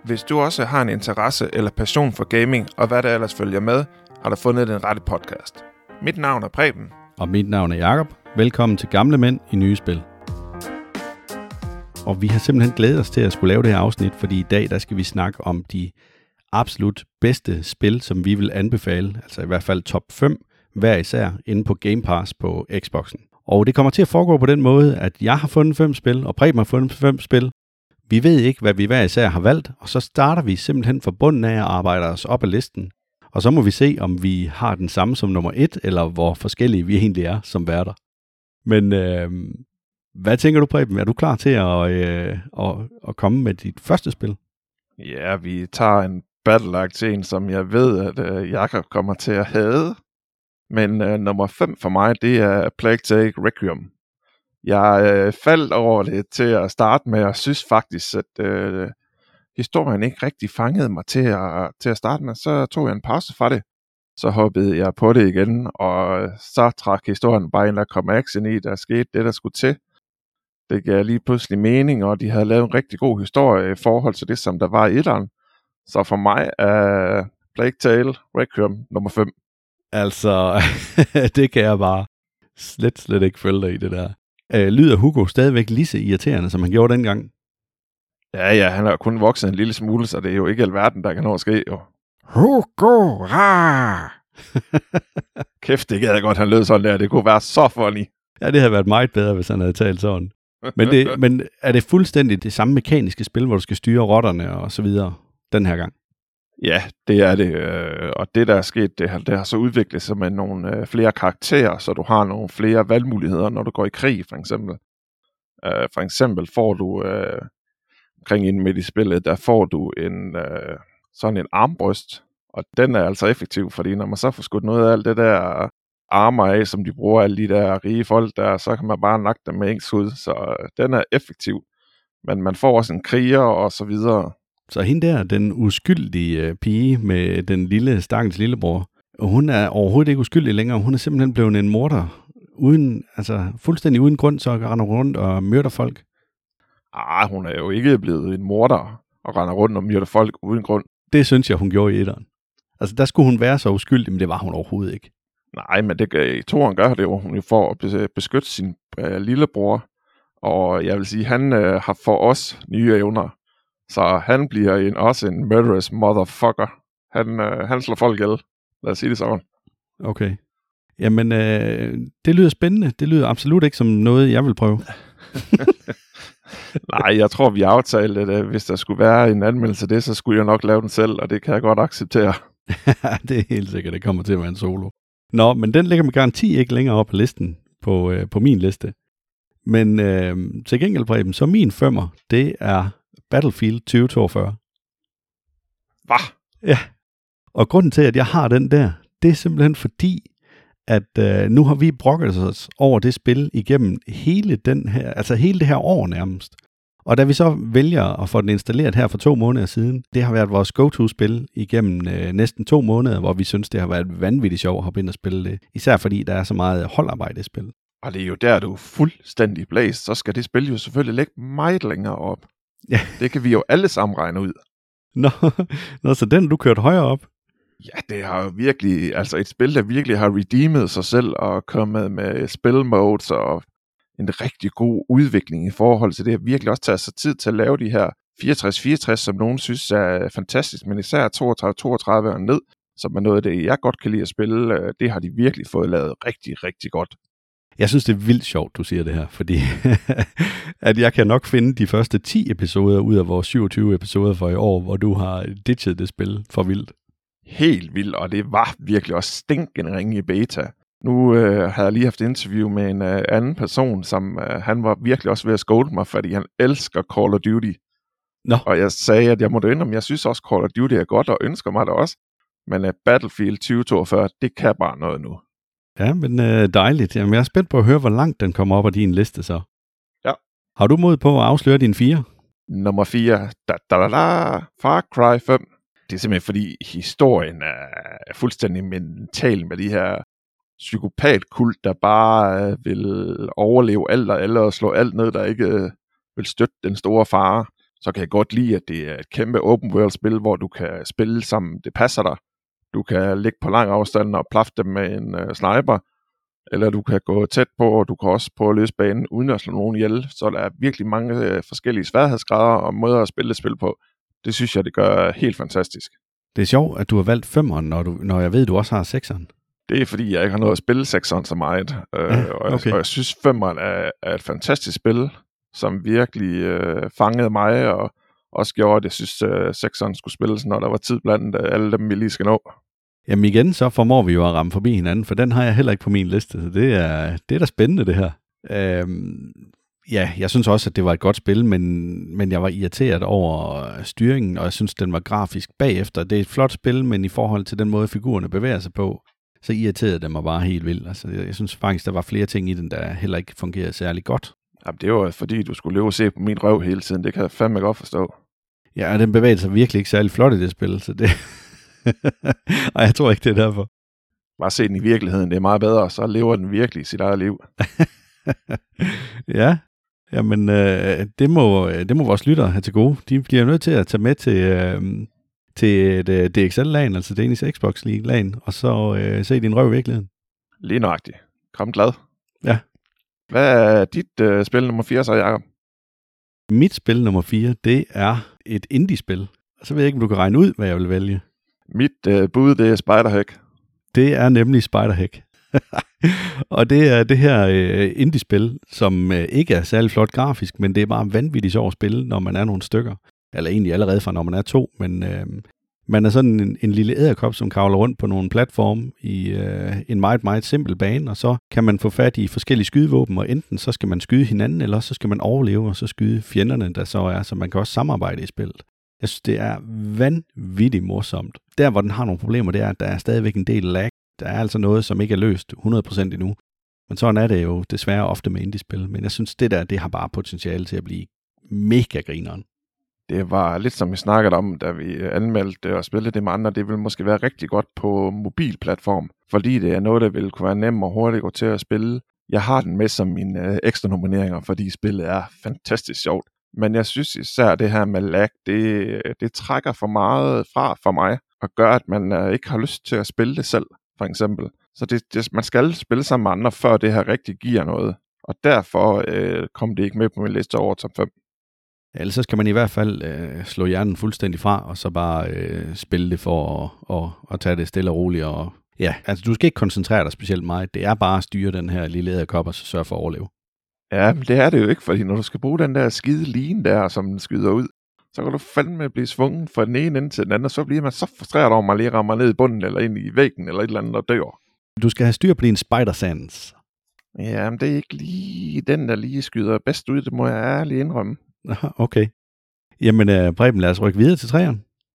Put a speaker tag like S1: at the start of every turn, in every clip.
S1: Hvis du også har en interesse eller passion for gaming, og hvad der ellers følger med, har du fundet den rette podcast. Mit navn er Preben.
S2: Og mit navn er Jakob. Velkommen til Gamle Mænd i Nye Spil. Og vi har simpelthen glædet os til at skulle lave det her afsnit, fordi i dag der skal vi snakke om de absolut bedste spil, som vi vil anbefale, altså i hvert fald top 5 hver især, inde på Game Pass på Xboxen. Og det kommer til at foregå på den måde, at jeg har fundet 5 spil, og Preben har fundet 5 spil. Vi ved ikke, hvad vi hver især har valgt, og så starter vi simpelthen fra bunden af og arbejder os op ad listen. Og så må vi se, om vi har den samme som nummer 1, eller hvor forskellige vi egentlig er som værter. Men hvad tænker du, Preben? Er du klar til at komme med dit første spil?
S1: Ja, vi tager en battle-agt til en, som jeg ved, at Jakob kommer til at hade. Men nummer 5 for mig, det er Plague Tale Requiem. Jeg faldt over det til at starte med, og synes faktisk, at historien ikke rigtig fangede mig til at starte med. Så tog jeg en pause fra det. Så hoppede jeg på det igen, og så trak historien bare en, der kom action i, der skete det, der skulle til. Det gav lige pludselig mening, og de havde lavet en rigtig god historie i forhold til det, som der var i etteren. Så for mig er Plague Tale Requiem nummer 5.
S2: Altså, det kan jeg bare slet ikke følge dig i det der. Lyder Hugo stadigvæk lige så irriterende, som han gjorde dengang?
S1: Ja, han har kun vokset en lille smule, så det er jo ikke alverden, der kan nå at ske, jo.
S2: Hugo,
S1: Kæft, det gad jeg godt, han lød sådan der. Det kunne være så funny.
S2: Ja, det havde været meget bedre, hvis han havde talt sådan. Men er det fuldstændig det samme mekaniske spil, hvor du skal styre rotterne og så videre den her gang?
S1: Ja, det er det. Og det, der er sket, det har så udviklet sig med nogle flere karakterer, så du har nogle flere valgmuligheder, når du går i krig, for eksempel. For eksempel får du omkring inden midt i spillet, der får du sådan en armbryst, og den er altså effektiv, fordi når man så får skudt noget af alt det der armer af, som de bruger alle de der rige folk der, så kan man bare nakke dem med en skud, så den er effektiv. Men man får også en kriger og så videre.
S2: Så hende der, den uskyldige pige med den lille stakkels lillebror, hun er overhovedet ikke uskyldig længere. Hun er simpelthen blevet en morder, fuldstændig uden grund, så render rundt og myrder folk.
S1: Hun er jo ikke blevet en morder og render rundt og myrder folk uden grund.
S2: Det synes jeg, hun gjorde i etteren. Altså, der skulle hun være så uskyldig, men det var hun overhovedet ikke.
S1: Nej, men i toeren gør det jo, hun jo for at beskytte sin lillebror. Og jeg vil sige, han har for os nye evner. Så han bliver også en murderous motherfucker. Han slår folk ihjel. Lad os sige det sådan.
S2: Okay. Jamen, det lyder spændende. Det lyder absolut ikke som noget, jeg vil prøve.
S1: Nej, jeg tror, vi aftalte, at hvis der skulle være en anmeldelse af det, så skulle jeg nok lave den selv, og det kan jeg godt acceptere.
S2: Det er helt sikkert, det kommer til at være en solo. Nå, men den ligger med garanti ikke længere op på listen, på min liste. Men til gengæld, Preben, så min 5'er, det er Battlefield 2042.
S1: Hvad?
S2: Ja, og grunden til, at jeg har den der, det er simpelthen fordi, at nu har vi brokket os over det spil igennem hele det her år nærmest. Og da vi så vælger at få den installeret her for 2 måneder siden, det har været vores go-to-spil igennem næsten 2 måneder, hvor vi synes, det har været vanvittigt sjovt at hoppe ind og spille det. Især fordi der er så meget holdarbejde i spil.
S1: Og det er jo der, du er fuldstændig blæst, så skal det spil jo selvfølgelig ligge meget længere op.
S2: Ja.
S1: Det kan vi jo alle sammen regne ud.
S2: Nå, så den du kørt højere op?
S1: Ja, det har jo virkelig, altså et spil, der virkelig har redeemet sig selv og kommet med spilmodes og en rigtig god udvikling i forhold til det. Har virkelig også taget sig tid til at lave de her 64, som nogen synes er fantastisk, men især 32 og ned, som er noget af det, jeg godt kan lide at spille. Det har de virkelig fået lavet rigtig, rigtig godt.
S2: Jeg synes, det er vildt sjovt, du siger det her, fordi at jeg kan nok finde de første 10 episoder ud af vores 27 episoder for i år, hvor du har ditchet det spil for vildt.
S1: Helt vildt, og det var virkelig også stinkende ringe i beta. Nu har jeg lige haft interview med en anden person, som han var virkelig også ved at skåle mig, fordi han elsker Call of Duty.
S2: Nå.
S1: Og jeg sagde, at jeg måtte indrømme, jeg synes også, Call of Duty er godt, og ønsker mig det også. Men Battlefield 2042, det kan bare noget nu.
S2: Ja, men dejligt. Jamen, jeg er spændt på at høre, hvor langt den kommer op af din liste så.
S1: Ja.
S2: Har du mod på at afsløre din 4?
S1: Nummer 4, Far Cry 5. Det er simpelthen fordi historien er fuldstændig mental med de her psykopatkult, der bare vil overleve alt og alle og slå alt ned, der ikke vil støtte den store fare. så kan jeg godt lide, at det er et kæmpe open world spil, hvor du kan spille sammen, det passer dig. Du kan ligge på lang afstand og plaffe dem med en sniper, eller du kan gå tæt på, og du kan også prøve at løse banen uden at slå nogen ihjel. Så der er virkelig mange forskellige sværhedsgrader og måder at spille spil på. Det synes jeg, det gør helt fantastisk.
S2: Det er sjovt, at du har valgt 5'eren, når jeg ved, at du også har 6'eren.
S1: Det er fordi, jeg ikke har noget at spille 6'eren så meget. Og jeg synes, 5'eren er et fantastisk spil, som virkelig fangede mig, og også gjorde, at jeg synes, 6'eren skulle spilles, når der var tid blandt alle dem, vi lige skal nå.
S2: Jamen igen, så formår vi jo at ramme forbi hinanden, for den har jeg heller ikke på min liste, så det er da spændende, det her. Ja, jeg synes også, at det var et godt spil, men jeg var irriteret over styringen, og jeg synes, den var grafisk bagefter. Det er et flot spil, men i forhold til den måde, figurerne bevæger sig på, så irriterede det mig bare helt vildt. Altså, jeg synes faktisk, der var flere ting i den, der heller ikke fungerede særlig godt.
S1: Jamen, det var fordi, du skulle løbe og se på min røv hele tiden. Det kan jeg fandme godt forstå.
S2: Ja, og den bevægede sig virkelig ikke særlig flot i det spil, så det... Og jeg tror ikke, det er derfor.
S1: Bare se den i virkeligheden, det er meget bedre, så lever den virkelig sit eget liv.
S2: Ja, jamen det må vores lyttere have til gode. De bliver nødt til at tage med til et DXL-lagen, altså Danish Xbox League-lagen, og så se din røv i virkeligheden.
S1: Lige nøjagtigt. Kom glad.
S2: Ja.
S1: Hvad er dit spil nummer 4 så, Jacob?
S2: Mit spil nummer 4, det er et indie-spil. Og så ved jeg ikke, om du kan regne ud, hvad jeg vil vælge.
S1: Mit bud, det er Spiderheck.
S2: Det er nemlig Spiderheck. Og det er det her indie-spil, som ikke er særlig flot grafisk, men det er bare vanvittigt sjovt at spille, når man er nogle stykker. Eller egentlig allerede fra, når man er 2, men man er sådan en lille edderkop, som kravler rundt på nogle platforme i en meget, meget simpel bane, og så kan man få fat i forskellige skydevåben, og enten så skal man skyde hinanden, eller så skal man overleve, og så skyde fjenderne, der så er, så man kan også samarbejde i spillet. Jeg synes, det er vanvittigt morsomt. Der, hvor den har nogle problemer, det er, at der er stadigvæk en del lag. Der er altså noget, som ikke er løst 100% endnu. Men sådan er det jo desværre ofte med indie-spil. Men jeg synes, det har bare potentiale til at blive mega grineren.
S1: Det var lidt som vi snakkede om, da vi anmeldte og spillede det med andre. Det vil måske være rigtig godt på mobilplatform, fordi det er noget, der vil kunne være nemt og hurtigt gå til at spille. Jeg har den med som mine ekstra nomineringer, fordi spillet er fantastisk sjovt. Men jeg synes især, det her med lag, det trækker for meget fra for mig, og gør, at man ikke har lyst til at spille det selv, for eksempel. Så man skal spille sammen med andre, før det her rigtig giver noget. Og derfor kom det ikke med på min liste over top 5.
S2: Ja, ellers så skal man i hvert fald slå hjernen fuldstændig fra, og så bare spille det for at tage det stille og roligt. Og, ja, altså du skal ikke koncentrere dig specielt meget. Det er bare at styre den her lille edderkop, og så sørge for at overleve.
S1: Ja, men det er det jo ikke, fordi når du skal bruge den der skide line der, som den skyder ud, så kan du fandme blive svungen fra den ene ende til den anden, og så bliver man så frustreret over, at man lige rammer ned i bunden, eller ind i væggen, eller et eller andet, og dør.
S2: Du skal have styr på din spider sense.
S1: Ja, men det er ikke lige den, der lige skyder bedst ud, det må jeg ærligt indrømme.
S2: Okay. Jamen, Preben, lad os rykke videre til 3'eren.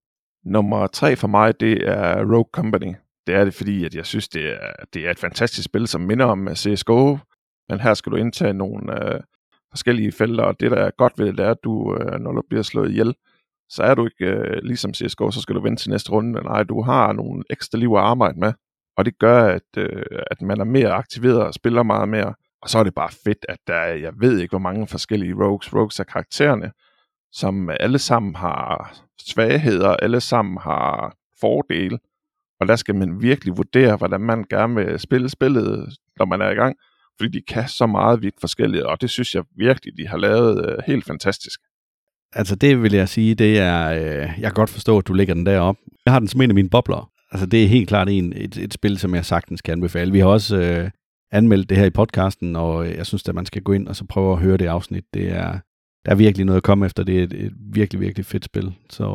S1: Nummer 3 for mig, det er Rogue Company. Det er det, fordi at jeg synes, det er et fantastisk spil, som minder om CSGO. Men her skal du indtage nogle forskellige felter, og det, der er godt ved det, er, at du, når du bliver slået ihjel, så er du ikke ligesom CSGO, så skal du vente til næste runde. Nej, du har nogle ekstra liv at arbejde med, og det gør, at man er mere aktiveret og spiller meget mere. Og så er det bare fedt, at der er, jeg ved ikke, hvor mange forskellige rogues. Rogues er karaktererne, som alle sammen har svagheder, alle sammen har fordele, og der skal man virkelig vurdere, hvordan man gerne vil spille spillet, når man er i gang, fordi de kan så meget vidt forskelligt, og det synes jeg virkelig, de har lavet helt fantastisk.
S2: Altså det vil jeg sige, det er, jeg kan godt forstå, at du lægger den derop. Jeg har den som en af mine bobler. Altså det er helt klart et spil, som jeg sagtens kan anbefale. Vi har også anmeldt det her i podcasten, og jeg synes, at man skal gå ind og så prøve at høre det afsnit. Der er virkelig noget at komme efter. Det er et virkelig, virkelig fedt spil.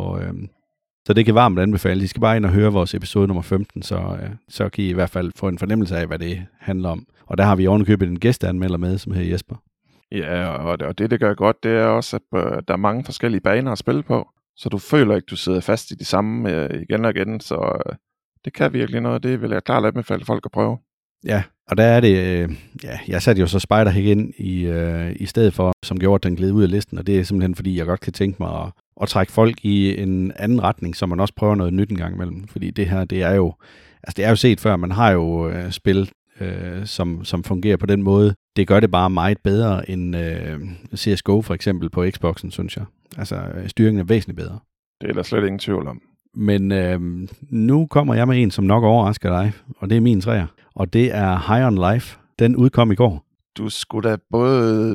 S2: Så det kan varmt anbefale. I skal bare ind og høre vores episode nummer 15, så kan I i hvert fald få en fornemmelse af, hvad det handler om. Og der har vi ovenikøbet en gæsteanmelder med, som hedder Jesper.
S1: Ja, og det gør godt, det er også, at der er mange forskellige baner at spille på, så du føler ikke, du sidder fast i de samme igen og igen, så det kan virkelig noget, det vil jeg klart anbefale folk at prøve.
S2: Ja, og der er det, jeg satte jo så Spiderheck ind i stedet for, som gjorde, at den gled ud af listen, og det er simpelthen fordi, jeg godt kan tænke mig at trække folk i en anden retning, så man også prøver noget nyt en gang imellem, fordi det her, det er jo set før, man har jo spillet som fungerer på den måde. Det gør det bare meget bedre end CSGO for eksempel på Xboxen, synes jeg. Altså, styringen er væsentligt bedre.
S1: Det er der slet ingen tvivl om.
S2: Men nu kommer jeg med en, som nok overrasker dig, og det er min træer. Og det er High on Life. Den udkom i går.
S1: Du skulle da både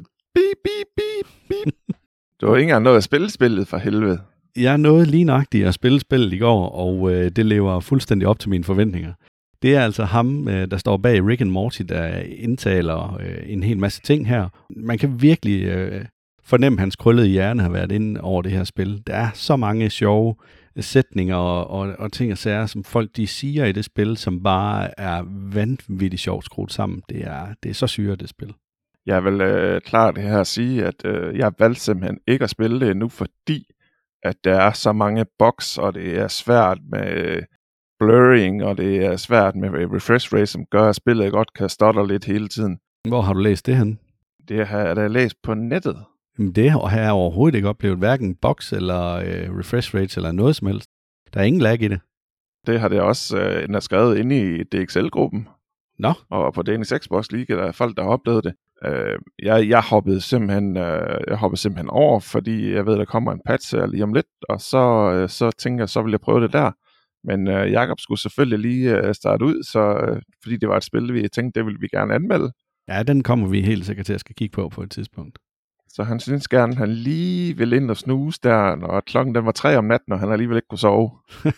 S1: beep. Du har ikke engang nået at spille spillet for helvede.
S2: Jeg nåede lige nøjagtigt at spille spillet i går, og det lever fuldstændig op til mine forventninger. Det er altså ham, der står bag Rick and Morty, der indtaler en hel masse ting her. Man kan virkelig fornemme, at hans krøllede hjerne har været inde over det her spil. Der er så mange sjove sætninger og ting og sager, som folk de siger i det spil, som bare er vanvittigt sjovt skruet sammen. Det er så syret, det spil.
S1: Jeg vil klart det her at sige, at jeg valgte simpelthen ikke at spille det endnu, fordi at der er så mange bugs, og det er svært med blurring, og det er svært med refresh rate, som gør, at spillet godt kan stotre lidt hele tiden.
S2: Hvor har du læst det hen?
S1: Det har jeg da læst på nettet.
S2: Det har jeg overhovedet ikke oplevet, hverken bugs eller refresh rates eller noget som helst. Der er ingen lag i det.
S1: Det har det også skrevet inde i DXL-gruppen.
S2: Nå.
S1: Og på Danish Xbox League, der er folk, der har oplevet det. Jeg hoppede simpelthen over, fordi jeg ved, der kommer en patch lige om lidt, og så tænker jeg, så vil jeg prøve det der. Men Jakob skulle selvfølgelig lige starte ud, fordi det var et spil, vi tænkte, det ville vi gerne anmelde.
S2: Ja, den kommer vi helt sikkert til at skal kigge på et tidspunkt.
S1: Så han synes gerne, han lige ville ind og snuse der, og klokken den var 3 om natten, og han alligevel ikke kunne sove.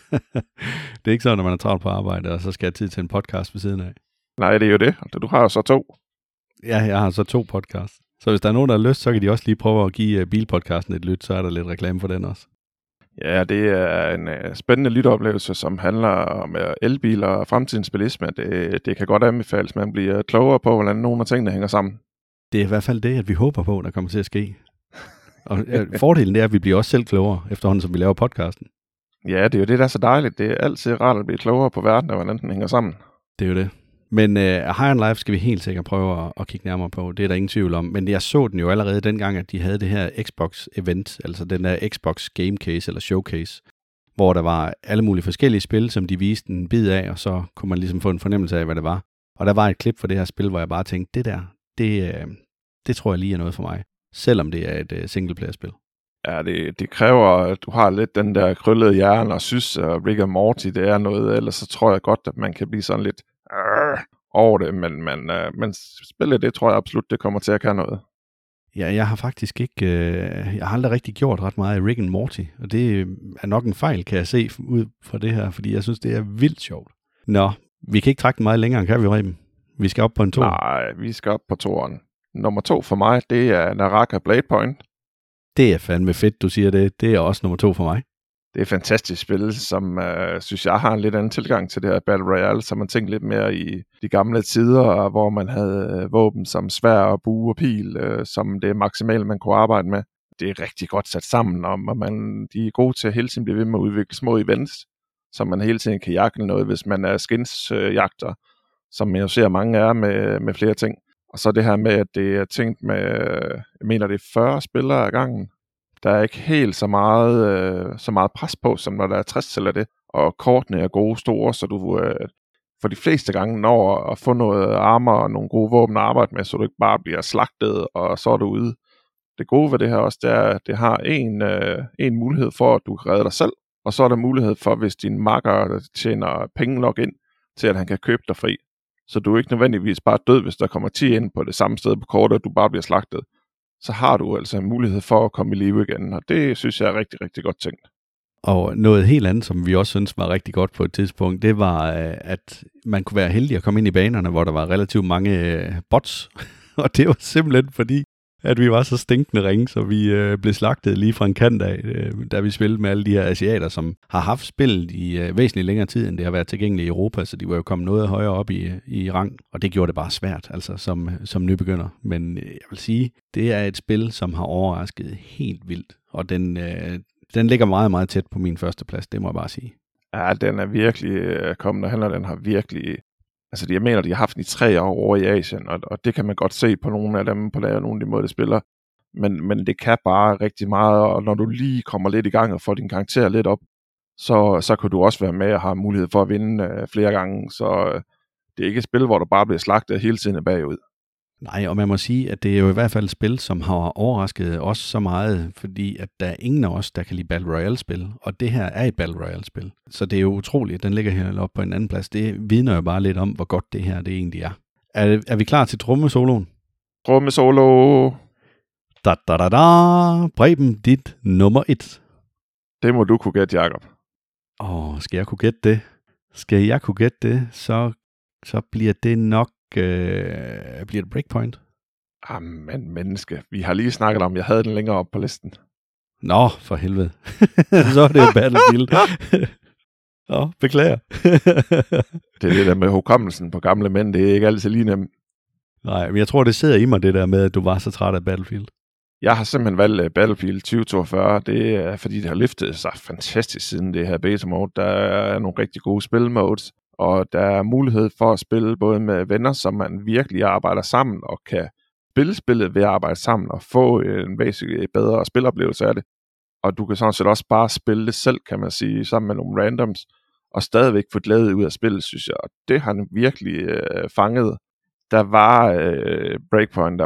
S2: Det er ikke sådan, når man er travlt på arbejde, og så skal jeg tid til en podcast ved siden af.
S1: Nej, det er jo det. Du har jo så 2.
S2: Ja, jeg har så 2 podcasts. Så hvis der er nogen, der har lyst, så kan de også lige prøve at give bilpodcasten et lyt, så er der lidt reklame for den også. Ja,
S1: det er en spændende lytteoplevelse, som handler om elbiler og fremtidens bilisme. Det kan godt anbefales, man bliver klogere på, hvordan nogle af tingene hænger sammen.
S2: Det er i hvert fald det, at vi håber på, der kommer til at ske. Og fordelen det er, at vi bliver også selv klogere, efterhånden som vi laver podcasten.
S1: Ja, det er jo det, der er så dejligt. Det er altid rart at blive klogere på verden, og hvordan den hænger sammen.
S2: Det er jo det. Men High on Life skal vi helt sikkert prøve at kigge nærmere på. Det er der ingen tvivl om. Men jeg så den jo allerede dengang, at de havde det her Xbox-event, altså den der Xbox Game Case eller Showcase, hvor der var alle mulige forskellige spil, som de viste en bid af, og så kunne man ligesom få en fornemmelse af, hvad det var. Og der var et klip for det her spil, hvor jeg bare tænkte, det tror jeg lige er noget for mig, selvom det er et singleplayer-spil.
S1: Ja, det kræver, at du har lidt den der krøllede hjerne, og synes, at Rick and Morty, det er noget, ellers så tror jeg godt, at man kan blive sådan lidt over det, men spillet, det tror jeg absolut, det kommer til at gøre noget.
S2: Ja, jeg har faktisk ikke, jeg har aldrig rigtig gjort ret meget af Rick and Morty, og det er nok en fejl, kan jeg se ud fra det her, fordi jeg synes, det er vildt sjovt. Nå, vi kan ikke trække den meget længere, kan vi, Reben? Vi skal op på en 2.
S1: Nej, vi skal op på 2'eren. Nummer 2 for mig, det er Naraka Blade Point.
S2: Det er fandme fedt, du siger det. Det er også nummer 2 for mig.
S1: Det er et fantastisk spil, som synes jeg har en lidt anden tilgang til det her Battle Royale, så man tænker lidt mere i de gamle tider, hvor man havde våben som sværd og bue og pil, som det maksimale, man kunne arbejde med. Det er rigtig godt sat sammen, og de er gode til at hele tiden blive ved med at udvikle små events, så man hele tiden kan jagte noget, hvis man er skinsjagter, som jeg jo ser mange er med flere ting. Og så det her med, at det er tænkt med, jeg mener det er 40 spillere ad gangen. Der er ikke helt så meget pres på, som når der er 60 eller det. Og kortene er gode, store, så du for de fleste gange når at få noget armor og nogle gode våben at arbejde med, så du ikke bare bliver slagtet, og så er du ude. Det gode ved det her også, det er, at det har en mulighed for, at du kan redde dig selv. Og så er der mulighed for, hvis din makker tjener penge nok ind, til at han kan købe dig fri. Så du er ikke nødvendigvis bare død, hvis der kommer 10 ind på det samme sted på kortet, og du bare bliver slagtet. Så har du altså en mulighed for at komme i live igen, og det synes jeg er rigtig, rigtig godt tænkt.
S2: Og noget helt andet, som vi også synes var rigtig godt på et tidspunkt, det var, at man kunne være heldig at komme ind i banerne, hvor der var relativt mange bots. Og det var simpelthen fordi, at vi var så stinkende ringe, så vi blev slagtet lige fra en kant af, da vi spillede med alle de her asiater, som har haft spillet i væsentligt længere tid, end det har været tilgængeligt i Europa, så de var jo kommet noget højere op i rang, og det gjorde det bare svært, altså som nybegynder. Men jeg vil sige, det er et spil, som har overrasket helt vildt, og den ligger meget, meget tæt på min første plads, det må jeg bare sige.
S1: Ja, den er virkelig kommet derhen, og den har virkelig... Altså, jeg mener, de har haft den i 3 år over i Asien, og det kan man godt se på nogle af dem, på nogle af de måder, de spiller. Men det kan bare rigtig meget, og når du lige kommer lidt i gang og får din karakter lidt op, så kan du også være med og have mulighed for at vinde flere gange. Så det er ikke et spil, hvor du bare bliver slagtet hele tiden bagud.
S2: Nej, og man må sige, at det er jo i hvert fald et spil, som har overrasket os så meget, fordi at der er ingen af os, der kan lide Battle Royale-spil, og det her er et Battle Royale-spil. Så det er jo utroligt, at den ligger her oppe på en anden plads. Det vidner jo bare lidt om, hvor godt det her det egentlig er. Er vi klar til trommesoloen?
S1: Trommesolo!
S2: Da da da da! Preben, dit nummer 1.
S1: Det må du kunne gætte, Jacob.
S2: Skal jeg kunne gætte det? Skal jeg kunne gætte det, så bliver det nok... bliver det Breakpoint?
S1: Jamen, menneske. Vi har lige snakket om, jeg havde den længere op på listen.
S2: Nå, for helvede. Så er det jo Battlefield. Beklager.
S1: Det er det der med hukommelsen på gamle mænd, det er ikke altid lige nemt.
S2: Nej, men jeg tror, det sidder i mig, det der med, at du var så træt af Battlefield.
S1: Jeg har simpelthen valgt Battlefield 2042. Det er, fordi det har løftet sig fantastisk siden det her beta mode. Der er nogle rigtig gode spilmodes, og der er mulighed for at spille både med venner, som man virkelig arbejder sammen, og kan spille spillet ved at arbejde sammen, og få en væsentligt bedre spiloplevelse af det. Og du kan sådan set også bare spille det selv, kan man sige, sammen med nogle randoms, og stadigvæk få glæde ud af spillet, synes jeg. Og det har den virkelig fanget. Der var Breakpoint, der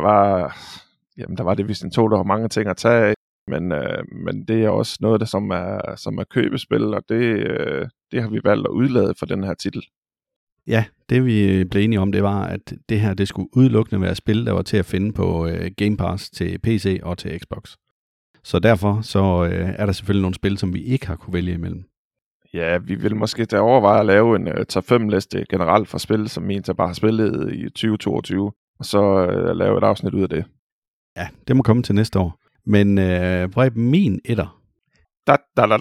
S1: var Division 2, der var mange ting at tage af, men det er også noget, der som er købespil, og det har vi valgt at udlade for den her titel.
S2: Ja, det vi blev enige om, det var, at det her det skulle udelukkende være spil, der var til at finde på Game Pass til PC og til Xbox. Så derfor så er der selvfølgelig nogle spil, som vi ikke har kunne vælge imellem.
S1: Ja, vi vil måske da overveje at lave en top 5 liste generelt for spil, som en der bare har spillet i 2022, og så lave et afsnit ud af det.
S2: Ja, det må komme til næste år. Men Preben, min etter.
S1: Da.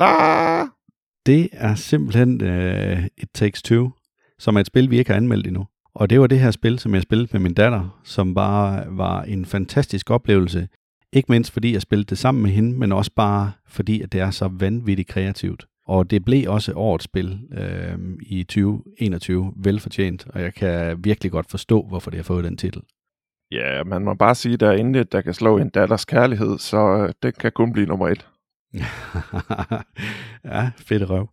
S2: Det er simpelthen It Takes Two, som er et spil, vi ikke har anmeldt endnu. Og det var det her spil, som jeg spillede med min datter, som bare var en fantastisk oplevelse. Ikke mindst fordi jeg spillede det sammen med hende, men også bare fordi, at det er så vanvittigt kreativt. Og det blev også årets spil i 2021 velfortjent, og jeg kan virkelig godt forstå, hvorfor det har fået den titel.
S1: Ja, man må bare sige, at der er intet, der kan slå en datters kærlighed, så det kan kun blive nummer 1.
S2: Ja, fedt røv.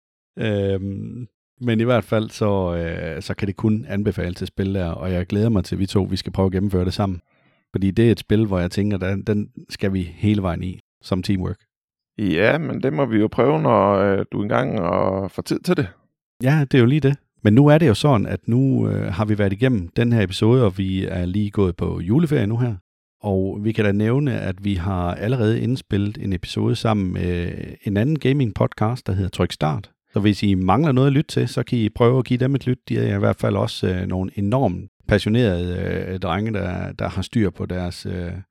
S2: Men i hvert fald, så kan det kun anbefale til spil der, og jeg glæder mig til, at vi skal prøve at gennemføre det sammen. Fordi det er et spil, hvor jeg tænker, den skal vi hele vejen i, som teamwork.
S1: Ja, men det må vi jo prøve, når du engang får tid til det.
S2: Ja, det er jo lige det. Men nu er det jo sådan, at nu har vi været igennem den her episode, og vi er lige gået på juleferie nu her. Og vi kan da nævne, at vi har allerede indspillet en episode sammen med en anden gaming podcast, der hedder Tryk Start. Så hvis I mangler noget at lytte til, så kan I prøve at give dem et lyt. De er i hvert fald også nogle enormt passionerede drenge, der har styr på deres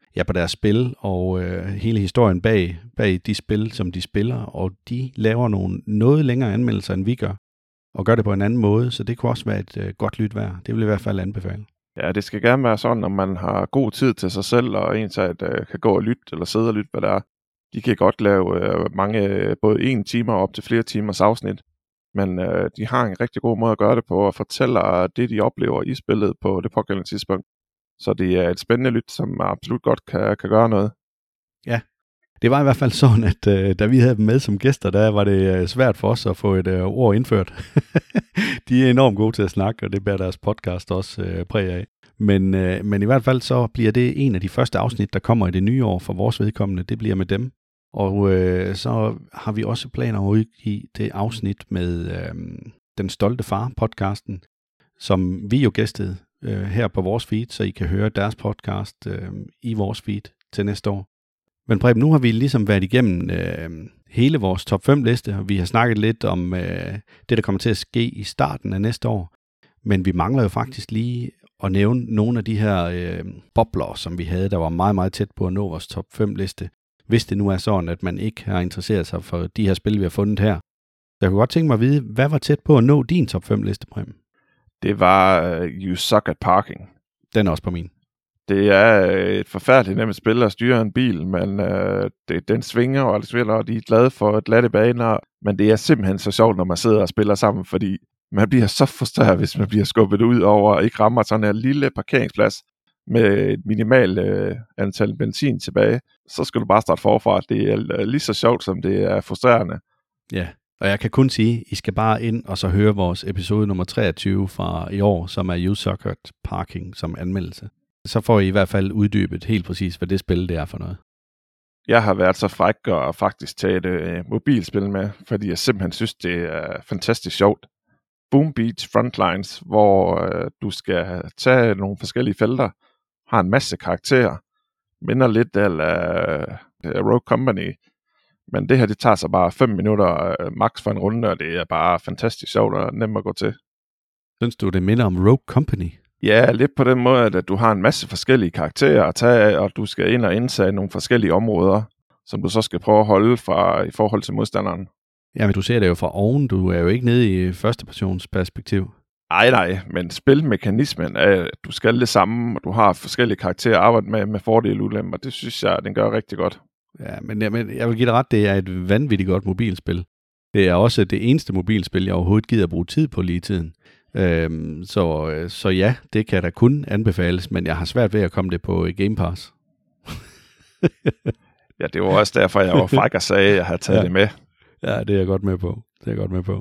S2: spil og hele historien bag de spil, som de spiller. Og de laver nogle noget længere anmeldelser, end vi gør, og gør det på en anden måde, så det kunne også være et godt lyt værd. Det vil jeg i hvert fald anbefale.
S1: Ja, det skal gerne være sådan, at man har god tid til sig selv, og en kan gå og lytte, eller sidde og lytte, hvad der er. De kan godt lave mange, både 1 time og op til flere timers afsnit, men de har en rigtig god måde at gøre det på, og fortæller det, de oplever i spillet på det pågældende tidspunkt. Så det er et spændende lyt, som absolut godt kan gøre noget.
S2: Ja, det var i hvert fald sådan, at da vi havde dem med som gæster, der var det svært for os at få et ord indført. De er enormt gode til at snakke, og det bærer deres podcast også præg af. Men i hvert fald så bliver det en af de første afsnit, der kommer i det nye år for vores vedkommende. Det bliver med dem. Og så har vi også planer at udgive det afsnit med Den Stolte Far podcasten, som vi jo gæstede her på vores feed, så I kan høre deres podcast i vores feed til næste år. Men Preben, nu har vi ligesom været igennem hele vores top 5 liste, og vi har snakket lidt om det, der kommer til at ske i starten af næste år. Men vi mangler jo faktisk lige at nævne nogle af de her bobler, som vi havde, der var meget, meget tæt på at nå vores top 5 liste. Hvis det nu er sådan, at man ikke har interesseret sig for de her spil, vi har fundet her. Så jeg kunne godt tænke mig at vide, hvad var tæt på at nå din top 5 liste, Preben?
S1: Det var You Suck at Parking.
S2: Den er også på min.
S1: Det er et forfærdeligt nemt spil at styre en bil, men den svinger, og de er glade for glatte baner. Men det er simpelthen så sjovt, når man sidder og spiller sammen, fordi man bliver så frustreret, hvis man bliver skubbet ud over og ikke rammer sådan en lille parkeringsplads med et minimalt antal benzin tilbage. Så skal du bare starte forfra. Det er lige så sjovt, som det er frustrerende.
S2: Ja, Og jeg kan kun sige, I skal bare ind og så høre vores episode nummer 23 fra i år, som er You Suckered Parking som anmeldelse. Så får I i hvert fald uddybet helt præcis, hvad det spil det er for noget.
S1: Jeg har været så fræk og faktisk taget et mobilspil med, fordi jeg simpelthen synes, det er fantastisk sjovt. Boom Beach Frontlines, hvor du skal tage nogle forskellige felter, har en masse karakterer, minder lidt af Rogue Company, men det her, det tager sig bare 5 minutter max for en runde, og det er bare fantastisk sjovt og nemt at gå til.
S2: Synes du, det minder om Rogue Company?
S1: Ja, lidt på den måde, at du har en masse forskellige karakterer at tage af, og du skal ind og indtage nogle forskellige områder, som du så skal prøve at holde fra i forhold til modstanderen.
S2: Ja, men du ser det jo fra oven. Du er jo ikke nede i første persons perspektiv.
S1: Nej, men spilmekanismen er, at du skal det samme, og du har forskellige karakterer at arbejde med fordele og ulemper. Det synes jeg, den gør rigtig godt. Ja,
S2: men jeg vil give dig ret, det er et vanvittigt godt mobilspil. Det er også det eneste mobilspil, jeg overhovedet gider at bruge tid på lige i tiden. Så ja, det kan da kun anbefales, men jeg har svært ved at komme det på Game Pass.
S1: Ja, det var også derfor, jeg var fræk og sagde, at jeg havde taget det med.
S2: Ja, det er jeg godt med på.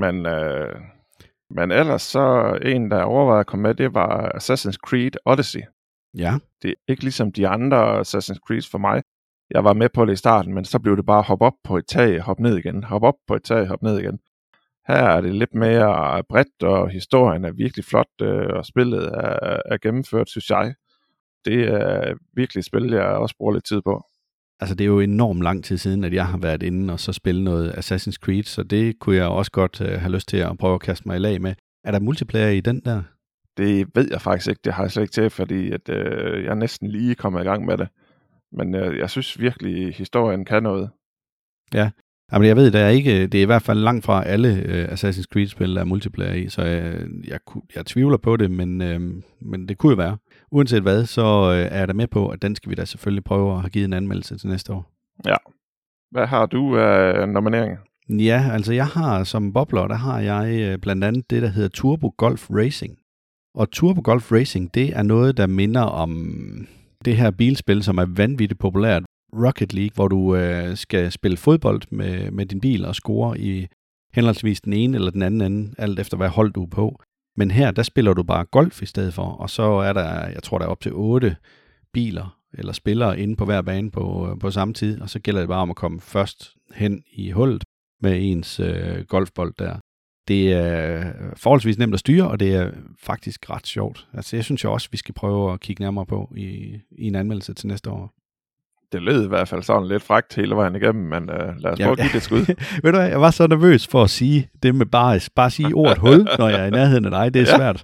S1: Men ellers så en, der overvejede at komme med, det var Assassin's Creed Odyssey.
S2: Ja.
S1: Det er ikke ligesom de andre Assassin's Creed for mig. Jeg var med på det i starten, men så blev det bare hop op på et tag, hop ned igen. Hop op på et tag, hop ned igen. Her er det lidt mere bredt, og historien er virkelig flot, og spillet er gennemført, synes jeg. Det er virkelig et spil, jeg også bruger lidt tid på.
S2: Altså, det er jo enormt lang tid siden, at jeg har været inde og så spille noget Assassin's Creed, så det kunne jeg også godt have lyst til at prøve at kaste mig i lag med. Er der multiplayer i den der?
S1: Det ved jeg faktisk ikke. Det har jeg slet ikke til, fordi at, jeg er næsten lige kommet i gang med det. Men jeg synes virkelig, historien kan noget.
S2: Ja, men jeg ved, det er i hvert fald langt fra alle Assassin's Creed-spil, der er multiplayer i, så jeg tvivler på det, men det kunne jo være. Uanset hvad, så er jeg da med på, at den skal vi da selvfølgelig prøve at have givet en anmeldelse til næste år.
S1: Ja. Hvad har du af nomineringer?
S2: Ja, altså jeg har som bobler, der har jeg blandt andet det, der hedder Turbo Golf Racing. Og Turbo Golf Racing, det er noget, der minder om det her bilspil, som er vanvittigt populært. Rocket League, hvor du skal spille fodbold med din bil og score i henholdsvis den ene eller den anden ende, alt efter hvad hold du er på. Men her, der spiller du bare golf i stedet for, og så er der, jeg tror der er op til 8 biler eller spillere inde på hver bane på samme tid, og så gælder det bare om at komme først hen i hullet med ens golfbold der. Det er forholdsvis nemt at styre, og det er faktisk ret sjovt. Altså jeg synes jo også, vi skal prøve at kigge nærmere på i en anmeldelse til næste år.
S1: Det lød i hvert fald sådan lidt frækt hele vejen igennem, men lad os prøve at give det et skud.
S2: Ved du hvad, jeg var så nervøs for at sige det med bare sige ordet hul, når jeg er i nærheden af dig. Det er svært.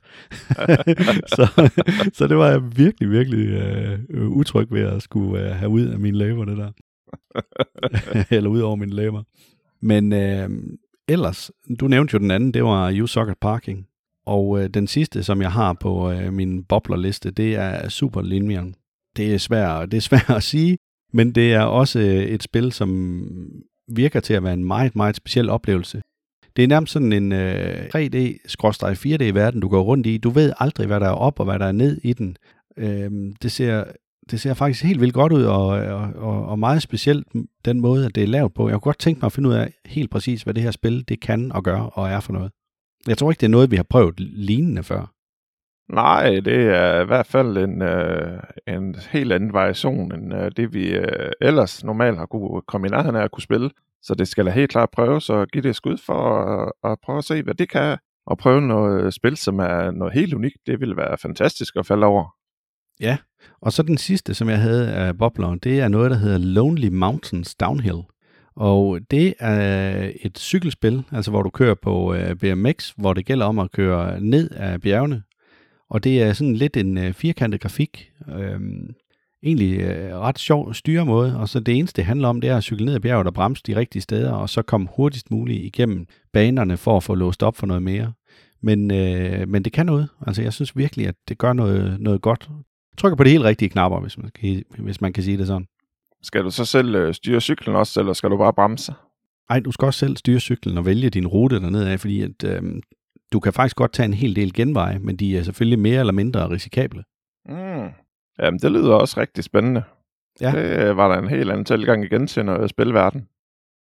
S2: så det var jeg virkelig, virkelig utryg ved at skulle have ud af mine læber, det der. Eller ud over mine læber. Men ellers, du nævnte jo den anden, det var You Suckered Parking. Og den sidste, som jeg har på min boblerliste, det er Super Linear. Det er svært at sige, men det er også et spil, som virker til at være en meget, meget speciel oplevelse. Det er nærmest sådan en 3D/4D-verden, du går rundt i. Du ved aldrig, hvad der er op og hvad der er ned i den. Det ser faktisk helt vildt godt ud, og meget specielt den måde, at det er lavet på. Jeg kunne godt tænke mig at finde ud af helt præcis, hvad det her spil det kan og gør og er for noget. Jeg tror ikke, det er noget, vi har prøvet lignende før.
S1: Nej, det er i hvert fald en helt anden variation, end det vi ellers normalt har kunne komme i nærheden af at kunne spille. Så det skal da helt klart prøve, så giv det et skud for at prøve at se, hvad det kan. Og prøve noget spil, som er noget helt unikt. Det ville være fantastisk at falde over.
S2: Ja, og så den sidste, som jeg havde af bobleren, det er noget, der hedder Lonely Mountains Downhill. Og det er et cykelspil, altså hvor du kører på BMX, hvor det gælder om at køre ned af bjergene. Og det er sådan lidt en firkantet grafik. Egentlig ret sjov styremåde. Og så det eneste, det handler om, det er at cykle ned ad bjerget og bremse de rigtige steder, og så komme hurtigst muligt igennem banerne for at få låst op for noget mere. Men det kan noget. Altså jeg synes virkelig, at det gør noget godt. Trykker på de helt rigtige knapper, hvis man kan sige det sådan.
S1: Skal du så selv styre cyklen også, eller skal du bare bremse?
S2: Nej, du skal også selv styre cyklen og vælge din rute dernede af, fordi at du kan faktisk godt tage en hel del genveje, men de er selvfølgelig mere eller mindre risikable.
S1: Jamen, det lyder også rigtig spændende.
S2: Ja.
S1: Det var der en helt anden tilgang igen til noget spilverden.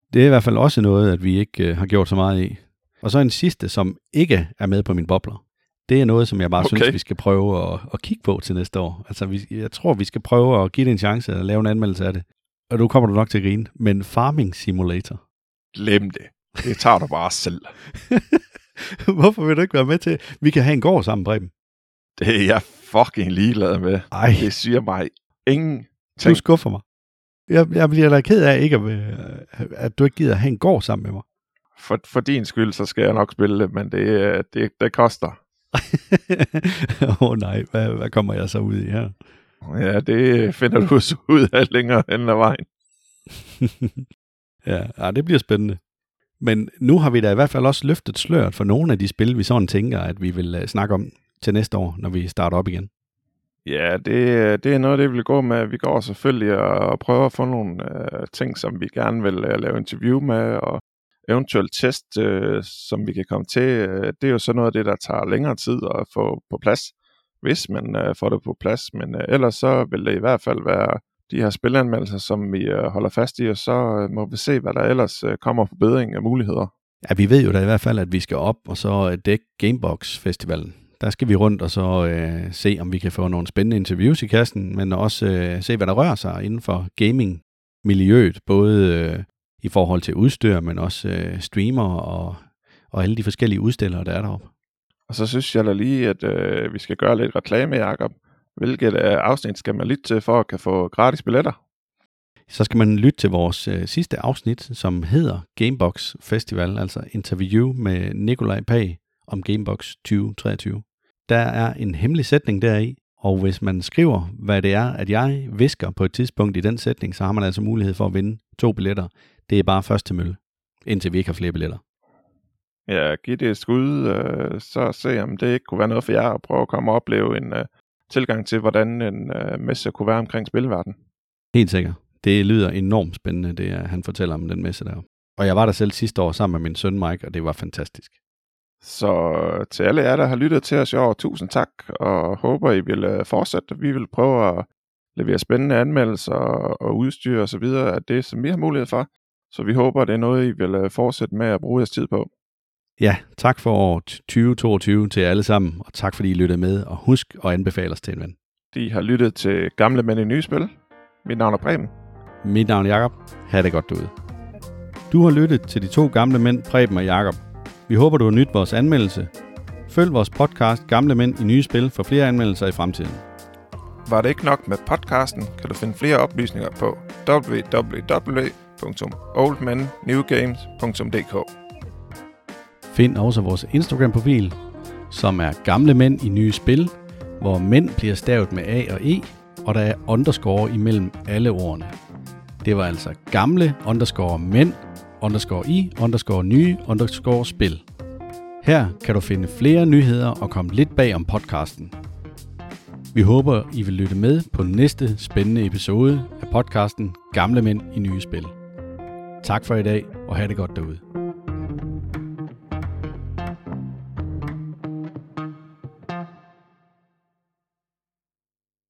S2: Det er i hvert fald også noget, at vi ikke har gjort så meget i. Og så en sidste, som ikke er med på min bobler. Det er noget, som jeg bare synes, vi skal prøve at kigge på til næste år. Altså, jeg tror, vi skal prøve at give det en chance at lave en anmeldelse af det. Og nu kommer du nok til at grine. Men Farming Simulator.
S1: Glem det. Det tager du bare selv.
S2: Hvorfor vil du ikke være med til? Vi kan have en gård sammen, Preben.
S1: Det er jeg fucking ligeglad med.
S2: Ej.
S1: Det siger mig ingenting.
S2: Du skuffer mig. Jeg bliver da ked af, ikke at du ikke gider have en gård sammen med mig.
S1: For din skyld, så skal jeg nok spille det, men det koster.
S2: Nej, hvad kommer jeg så ud i her?
S1: Ja, det finder du så ud af længere hen ad vejen.
S2: Ja, det bliver spændende. Men nu har vi da i hvert fald også løftet sløret for nogle af de spil, vi sådan tænker, at vi vil snakke om til næste år, når vi starter op igen.
S1: Ja, det er noget, det vil gå med. Vi går selvfølgelig og prøver at få nogle ting, som vi gerne vil lave interview med, og eventuelt test, som vi kan komme til. Det er jo sådan noget af det, der tager længere tid at få på plads, hvis man får det på plads. Men ellers så vil det i hvert fald være de her spilanmeldelser, som vi holder fast i, og så må vi se, hvad der ellers kommer på bedring af muligheder. Ja,
S2: vi ved jo da i hvert fald, at vi skal op og så dække Gamebox Festivalen. Der skal vi rundt og så se, om vi kan få nogle spændende interviews i kassen, men også se, hvad der rører sig inden for gaming-miljøet, både i forhold til udstyr, men også streamer og alle de forskellige udstillere, der er deroppe.
S1: Og så synes jeg da lige, at vi skal gøre lidt reklame, Jacob. Hvilket afsnit skal man lytte til for at kan få gratis billetter?
S2: Så skal man lytte til vores sidste afsnit, som hedder Gamebox Festival, altså interview med Nikolaj Pag om Gamebox 2023. Der er en hemmelig sætning deri, og hvis man skriver, hvad det er, at jeg visker på et tidspunkt i den sætning, så har man altså mulighed for at vinde 2 billetter. Det er bare først til mølle, indtil vi ikke har flere billetter.
S1: Ja, giv det et skud, så se om det ikke kunne være noget for jer at prøve at komme og opleve en tilgang til, hvordan en messe kunne være omkring spilverden.
S2: Helt sikkert. Det lyder enormt spændende, det han fortæller om den messe der. Og jeg var der selv sidste år sammen med min søn Mike, og det var fantastisk.
S1: Så til alle jer, der har lyttet til os i år, tusind tak, og håber, I vil fortsætte. Vi vil prøve at levere spændende anmeldelser og udstyr og så videre af det, som vi har mulighed for. Så vi håber, det er noget, I vil fortsætte med at bruge jeres tid på.
S2: Ja, tak for år 2022 til alle sammen, og tak fordi I lyttede med, og husk at anbefale os til en ven.
S1: De har lyttet til Gamle Mænd i Nye Spil. Mit navn er Preben.
S2: Mit navn er Jakob. Ha' det godt derude. Du har lyttet til de 2 gamle mænd, Preben og Jakob. Vi håber, du har nydt vores anmeldelse. Følg vores podcast Gamle Mænd i Nye Spil for flere anmeldelser i fremtiden.
S1: Var det ikke nok med podcasten, kan du finde flere oplysninger på www.oldmennewgames.dk.
S2: Find også vores Instagram-profil, som er Gamle Mænd i Nye Spil, hvor mænd bliver stavet med A og E, og der er underscore imellem alle ordene. Det var altså gamle_mænd_i_nye_spil. Her kan du finde flere nyheder og komme lidt bag om podcasten. Vi håber, I vil lytte med på næste spændende episode af podcasten Gamle Mænd i Nye Spil. Tak for i dag, og have det godt derude.